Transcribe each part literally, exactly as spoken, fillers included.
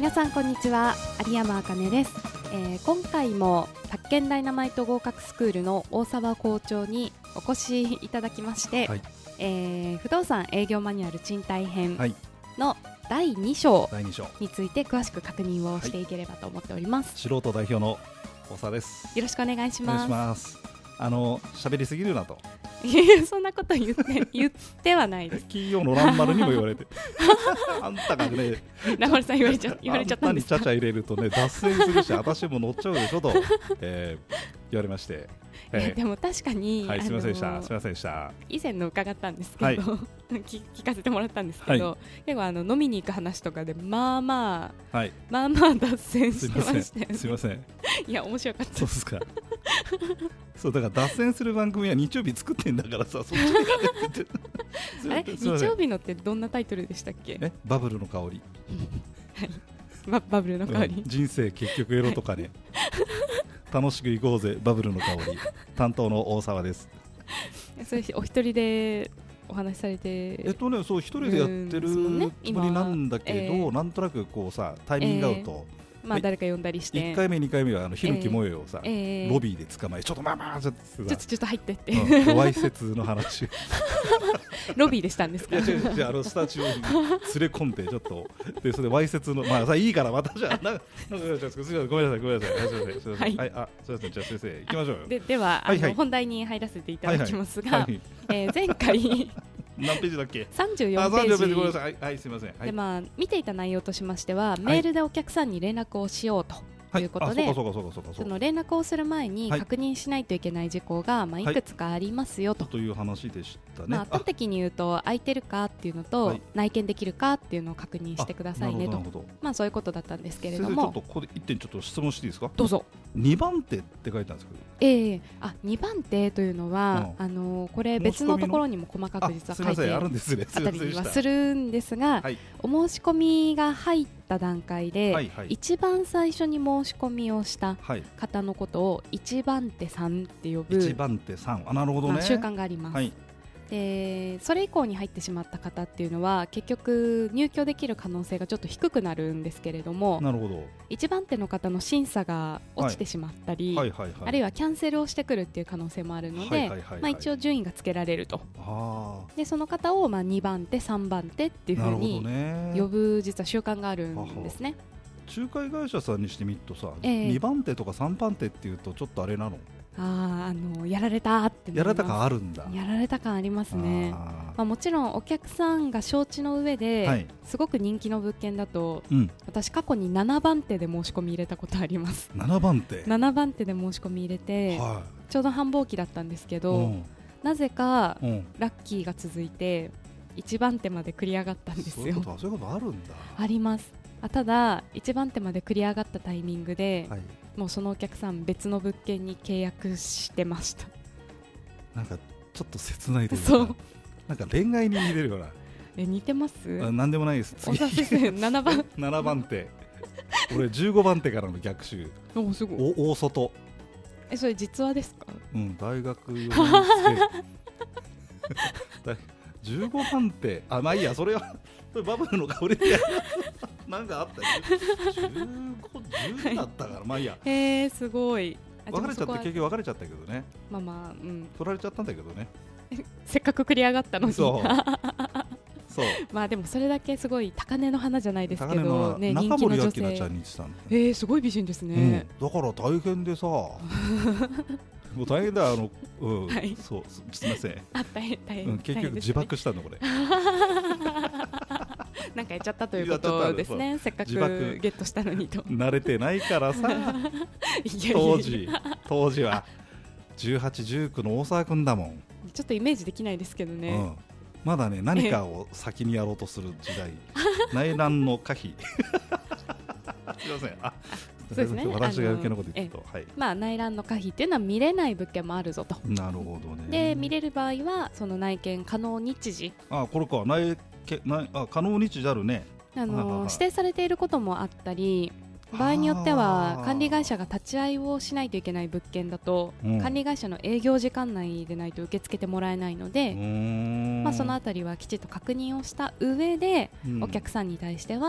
皆さんこんにちは、有山あかねです。えー、今回も宅建ダイナマイト合格スクールの大沢校長にお越しいただきまして、はい、えー、不動産営業マニュアル賃貸編のだいに章について詳しく確認をしていければと思っております。はい、 素人代表の大沢です。 よろしくお願いします。 お願いします。あの喋りすぎるなと。 いや、そんなこと言って言ってはないです。 企業のランマルにも言われてあんたがね、 ランマルさん言われちゃ言われちゃったんですか。 あんたにちゃちゃ入れるとね脱線するし私も乗っちゃうでしょと、えー、言われまして、 えー、でも確かに、 はい、すみませんでした、すみませんでした。 以前の伺ったんですけど、はい、聞, 聞かせてもらったんですけど、はい、結構あの飲みに行く話とかでまあまあ、はい、まあまあ脱線してましたよね。 すみません。 いや面白かった。 そうですか。そうだから脱線する番組は日曜日作ってんだからさ、そっちにかけてあれ日曜日のってどんなタイトルでしたっけ。 えバブルの香りはい、バ, バブルの香り、 うん、人生結局エロとかね、はい、楽しくいこうぜバブルの香り担当の大沢です。 それお一人でお話しされてえっとねそう一人でやってるつもりなんだけど、えー、なんとなくこうさタイミング合うと、えーまあ、誰か呼んだりしていっかいめにかいめはあのひろきもえをさ、えー、ロビーで捕まえちょっとまあまあちょっとちょっとちょっと入ってって、 うん、わいせつの話ロビーでしたんですか。 いや違う違うあのスタジオに連れ込んでちょっとでそれでわいせつのまあさいいからまたじゃあななんかごめんなさいごめんなさいごめんなさいすみませんすみませんはいあすみませんじゃあ先生行きましょうよ。 でではあの、はいはい、本題に入らせていただきますが、はいはいえー、前回何ページだっけ。 さんじゅうよんページ。 あ、さんじゅうよんページごめんなさい。はい、はい、すみません。はい、 でまあ見ていた内容としましては、はい、メールでお客さんに連絡をしようと。ということで、その連絡をする前に確認しないといけない事項が、まあ、いくつかありますよと、 はい、という話でしたね。 まあ、端的に言うと空いてるかっていうのと、はい、内見できるかっていうのを確認してくださいねと、まあそういうことだったんですけれども、 先生ちょっとここで一点ちょっと質問していいですか。 どうぞ。 にばん手って書いてあるんですけど、 えー、あにばん手というのは、うん、あのー、これ別のところにも細かく実は書いてあったりはするんですが、はい、お申し込みが入った段階で、はいはい、一番最初に申し込みをした方のことを一番手さんって呼ぶ一番手さん、あ、なるほどね、 まあ、習慣があります。はい、でそれ以降に入ってしまった方っていうのは結局入居できる可能性がちょっと低くなるんですけれども、 なるほど、 一番手の方の審査が落ちてしまったり、はいはいはいはい、あるいはキャンセルをしてくるっていう可能性もあるので、はいはいはいはい、まあ、一応順位がつけられると。あでその方をまあにばん手さんばん手っていうふうに呼ぶ実は習慣があるんですね。 仲介会社さんにしてみるとさ、えー、にばん手とかさんばん手っていうとちょっとあれなの。 ああのやられたってやられた感あるんだ。 やられた感ありますね。あ、まあ、もちろんお客さんが承知の上で、はい、すごく人気の物件だと、うん、私過去にななばん手で申し込み入れたことあります。 ななばん手ななばん手で申し込み入れて、はい、ちょうど繁忙期だったんですけど、うん、なぜか、うん、ラッキーが続いていちばん手まで繰り上がったんですよ。 そういうこと、そういうことあるんだ。 あります。あ、ただいちばん手まで繰り上がったタイミングで、はい、もうそのお客さん別の物件に契約してました。 なんかちょっと切ないというか、 そうなんか恋愛に似てるよな。 え、似てます？ あ、なんでもないです。 次ななばんななばん手俺じゅうごばん手からの逆襲。 お、すごい。 お大外。 え、それ実話ですか？ うん、大学よねん生じゅうごばん手、あ、まあいいや、それはそれバブルの香りでなんかあったよじゅうご、じゅうだったから、はい、まあいいや。 へー、すごい。 別れちゃって結局別れちゃったけどね。 まあまあ、うん、 取られちゃったんだけどねせっかく繰り上がったのに。 そうそうまあでもそれだけすごい高値の花じゃないですけど、ね、人気の女性。中森明菜ちゃんにしたんだ、ね、えー、すごい美人ですね、 うん、だから大変でさもう大変だ、あの、うん、はい、そう、すみません。 あ、大変、大変、 うん、結局自爆したのこれなんかやっちゃったということですね。せっかくゲットしたのにと。 慣れてないからさ当時当時はじゅうはち、じゅうきゅうの大沢君だもん。 ちょっとイメージできないですけどね、うん、 まだね、何かを先にやろうとする時代内乱の可否すいません。あ、そうですね、私が余計なこと言ってと、はい、 まあ、内覧の可否っていうのは見れない物件もあるぞと。 なるほどね。 で見れる場合はその内見可能日時、 あ、これか、内見内あ可能日時あるね。 あの指定されていることもあったり、場合によっては管理会社が立ち会いをしないといけない物件だと、うん、管理会社の営業時間内でないと受け付けてもらえないので、まあ、そのあたりはきちっと確認をした上で、うん、お客さんに対しては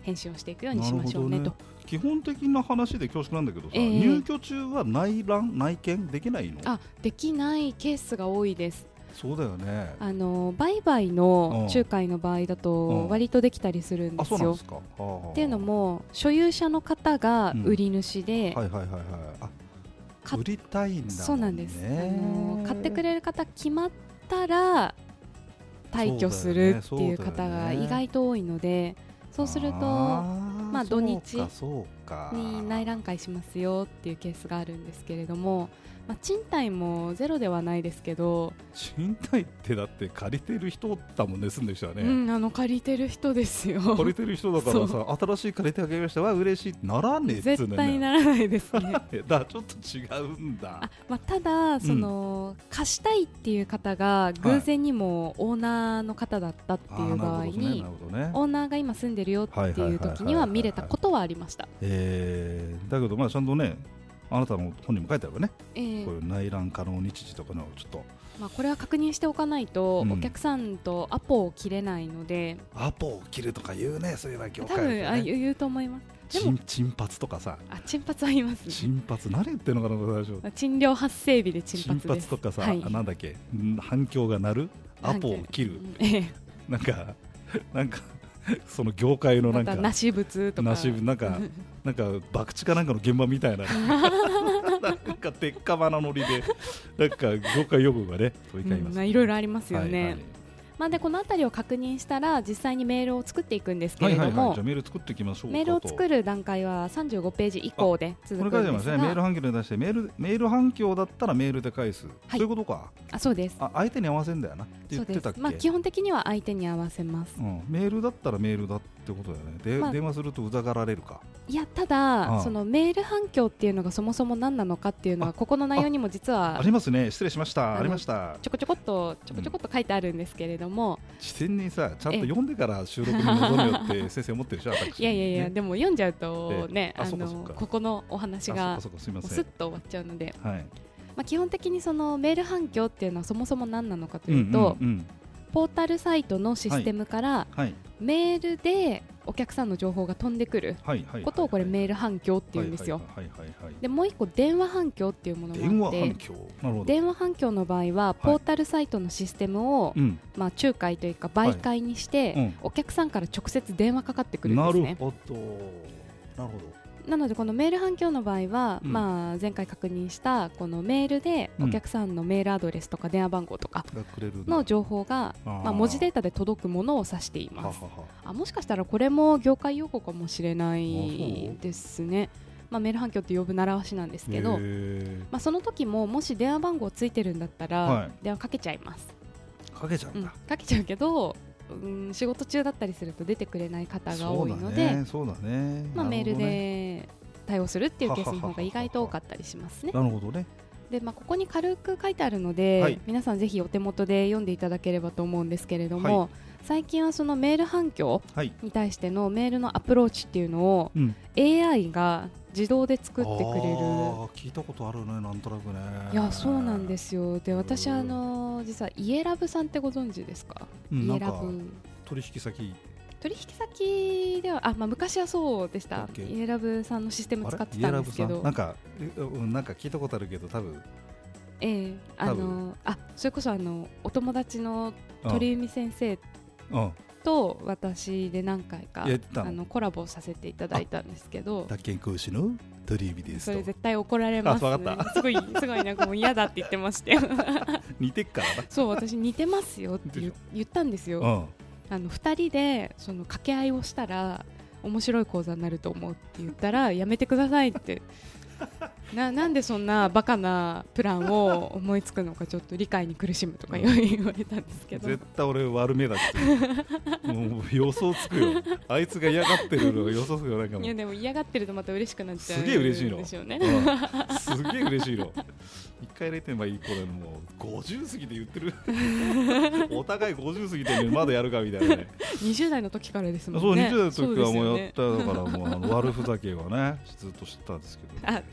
返信をしていくようにしましょうねと。 基本的な話で恐縮なんだけどさ、えー、入居中は内覧内見できないの？ あ、できないケースが多いです。 そうだよね。 あの売買の仲介の場合だと割とできたりするんですよ。 あ、そうなんですか。はあはあ、 っていうのも所有者の方が売り主で、 うん、はいはいはいはい。あ、売りたいんだもんね。 そうなんです。あの買ってくれる方決まったら退去するっていう方が意外と多いので、そうするとまあ土日に内覧会しますよっていうケースがあるんですけれども、まあ、賃貸もゼロではないですけど、 賃貸ってだって借りてる人だもんね、住んでる人はね、 うん、あの借りてる人ですよ。 借りてる人だからさ、新しい借りてあげましたわ嬉しいってならねえっつうね。 絶対ならないですね。 だちょっと違うんだ。 あ、まあ、ただその、うん、貸したいっていう方が偶然にもオーナーの方だったっていう場合に、オーナーが今住んでるよっていう時には見れたことはありました。 えー、だけどまあちゃんとね、あなたの本にも書いてあるわね、えー、こういう内覧可能日時とかのちょっと、 まあ、これは確認しておかないと、うん、お客さんとアポを切れないので。 アポを切るとか言うね、そういえば業界、ね、 多分あ言うと思います。 でも鎮髪とかさ、 あ、鎮髪は言いますね。 鎮髪何言ってるのかな、最初賃料発生日で鎮髪です。 鎮髪とかさ、はい、なんだっけ、反響が鳴る、アポを切る、ええ、なんかなんかその業界のなんかなし物とか、 なしなんかなんか博打かなんかの現場みたいななんか鉄火花乗りでなんか業界用語がね飛び交います、 うん、いろいろありますよね。はいはい、まあ、でこのあたりを確認したら実際にメールを作っていくんですけれども、はいはいはい、 じゃあメール作っていきましょうかと。 メールを作る段階はさんじゅうごページ以降で続くんですが、これ書いてますね。 メール反響で出してメール、メール反響だったらメールで返す、はい、そういうことか。 あ、そうです。 あ、相手に合わせんだよなって言ってたっけ。 まあ、基本的には相手に合わせます、 うん、メールだったらメールだってことだよね。で、まあ、電話するとうざがられるか。 いや、ただそのメール反響っていうのがそもそも何なのかっていうのはここの内容にも実はあ, ありますね。失礼しました。ありました。 ちょこちょこっとちょこちょこっと書いてあるんですけれども、 うん、事前にさちゃんと読んでから収録に臨むよって先生思ってるでしょ。私いやいやいや、ね、でも読んじゃうとね、あのここのお話がスッと終わっちゃうので、はい、まあ、基本的にそのメール反響っていうのはそもそも何なのかというと、うんうんうん、ポータルサイトのシステムから、はいはい、メールでお客さんの情報が飛んでくることをこれメール反響っていうんですよ。でもう一個電話反響っていうものがあって、電話反響、なるほど。電話反響の場合はポータルサイトのシステムを、はい、まあ、仲介というか媒介にして、はい、うん、お客さんから直接電話かかってくるんですね。なるほど、なるほど。なのでこのメール反響の場合は、うん、まあ、前回確認したこのメールでお客さんのメールアドレスとか電話番号とかの情報が、まあ、文字データで届くものを指しています。はははあ、もしかしたらこれも業界用語かもしれないですね。まあ、メール反響って呼ぶ習わしなんですけど、まあ、その時ももし電話番号ついてるんだったら、はい、電話かけちゃいます。 かけちゃうんだ、 うん、かけちゃうけど、うん、仕事中だったりすると出てくれない方が多いので、そうだね、まあ、メールで対応するっていうケースの方が意外と多かったりしますね。 なるほどね。 で、まあ、ここに軽く書いてあるので、はい、皆さんぜひお手元で読んでいただければと思うんですけれども、はい、最近はそのメール反響に対してのメールのアプローチっていうのを、うん、エーアイ が自動で作ってくれる。あ、 聞いたことあるね、なんとなくね。 いや、そうなんですよ。で、私あの実はイエラブさんってご存知ですか？うん、イエラブ取引先取引先では、あ、まあ、昔はそうでした。イエラブさんのシステム使ってたんですけど、 なんかなんか聞いたことあるけど、多分ええー、あのあそれこそあのお友達の鳥海先生と私で何回かあのコラボさせていただいたんですけど、 宅建講師の鳥海ですと。 それ絶対怒られますね。すごいすごいなんかもう嫌だって言ってまして似てっからな。 そう、私似てますよって言, 言ったんですよ。うん、あのふたりでその掛け合いをしたら面白い講座になると思うって言ったらやめてくださいってな, なんでそんなバカなプランを思いつくのかちょっと理解に苦しむとか言われたんですけど、 絶対俺悪目だってもう予想つくよ。あいつが嫌がってるのが予想つくよ。なんかもう、 いやでも嫌がってるとまた嬉しくなっちゃう。 すげえ嬉しいのでしょうね。 うん、すげえ嬉しいの。いっかいれいてんばいい子でもうごじゅう過ぎて言ってるお互いごじゅう過ぎて、ね、まだやるかみたいなね。 にじゅう代の時からですもんね。 そう、にじゅう代の時からもうやった、ね、だからもうあの悪ふざけはねずっと知ったんですけど、 あでその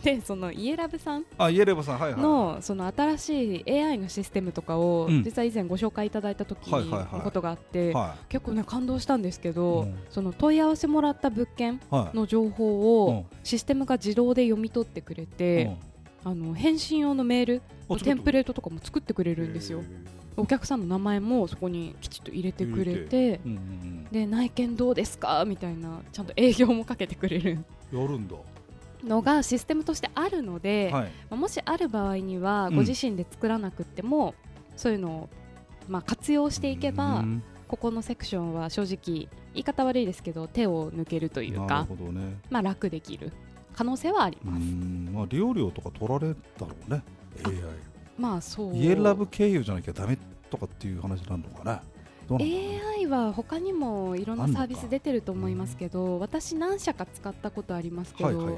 のイエラブさんあイエラブさん、はいはい、 のその新しい エーアイ のシステムとかを、うん、実は以前ご紹介いただいた時のことがあって、はいはいはい、結構ね感動したんですけど、うん、その問い合わせもらった物件の情報をシステムが自動で読み取ってくれて、うん、あの返信用のメールのテンプレートとかも作ってくれるんですよ。お客さんの名前もそこにきちっと入れてくれて、うんうん、で内見どうですかみたいなちゃんと営業もかけてくれるやるんだのがシステムとしてあるので、はい、もしある場合にはご自身で作らなくても、うん、そういうのを、まあ、活用していけば、うん、ここのセクションは正直言い方悪いですけど手を抜けるというか、なるほどね、まあ、楽できる可能性はあります。うん、 まあ、利用料とか取られるだろうね エーアイ。 まあそうイエラブ経由じゃなきゃダメとかっていう話なのかな。 エーアイ は他にもいろんなサービス出てると思いますけど、私何社か使ったことありますけど、はいはい、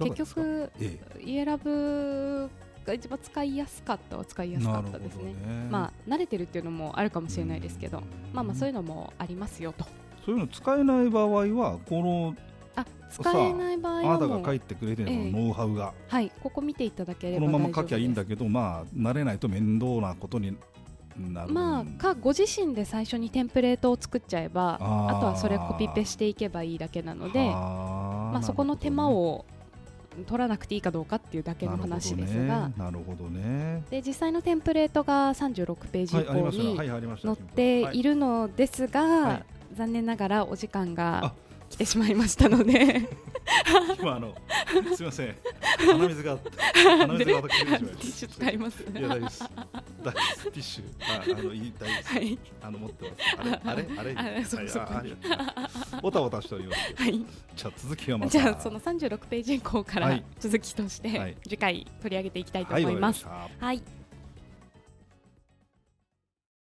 結局、ええ、イエラブが一番使いやすかったは使いやすかったですね。まあ慣れてるっていうのもあるかもしれないですけど、まあまあそういうのもありますよと。 そういうの使えない場合はこのあ使えない場合はもうあなたが書いてくれてるの、ええ、ノウハウがはいここ見ていただければこのまま書きゃいいんだけど、まあ慣れないと面倒なことになる。 まあかご自身で最初にテンプレートを作っちゃえば あ, あとはそれコピペしていけばいいだけなので、あ、まあ、そこの手間を取らなくていいかどうかっていうだけの話ですが、 なるほどね。 で実際のテンプレートがさんじゅうろくページ以降に載っているのですが、はい、残念ながらお時間が来てしまいましたので今あのすみません鼻水があって鼻水が私ティッシュ使います。 いや大丈夫です。大丈夫ティッシュああのいい大丈夫です、はい、あの持ってます。あれあれあれあそうそうあおたおたしております。はい。じゃあ続きはまた。 じゃあそのさんじゅうろくページ以降から続きとして、はい、次回取り上げていきたいと思います。はい。はい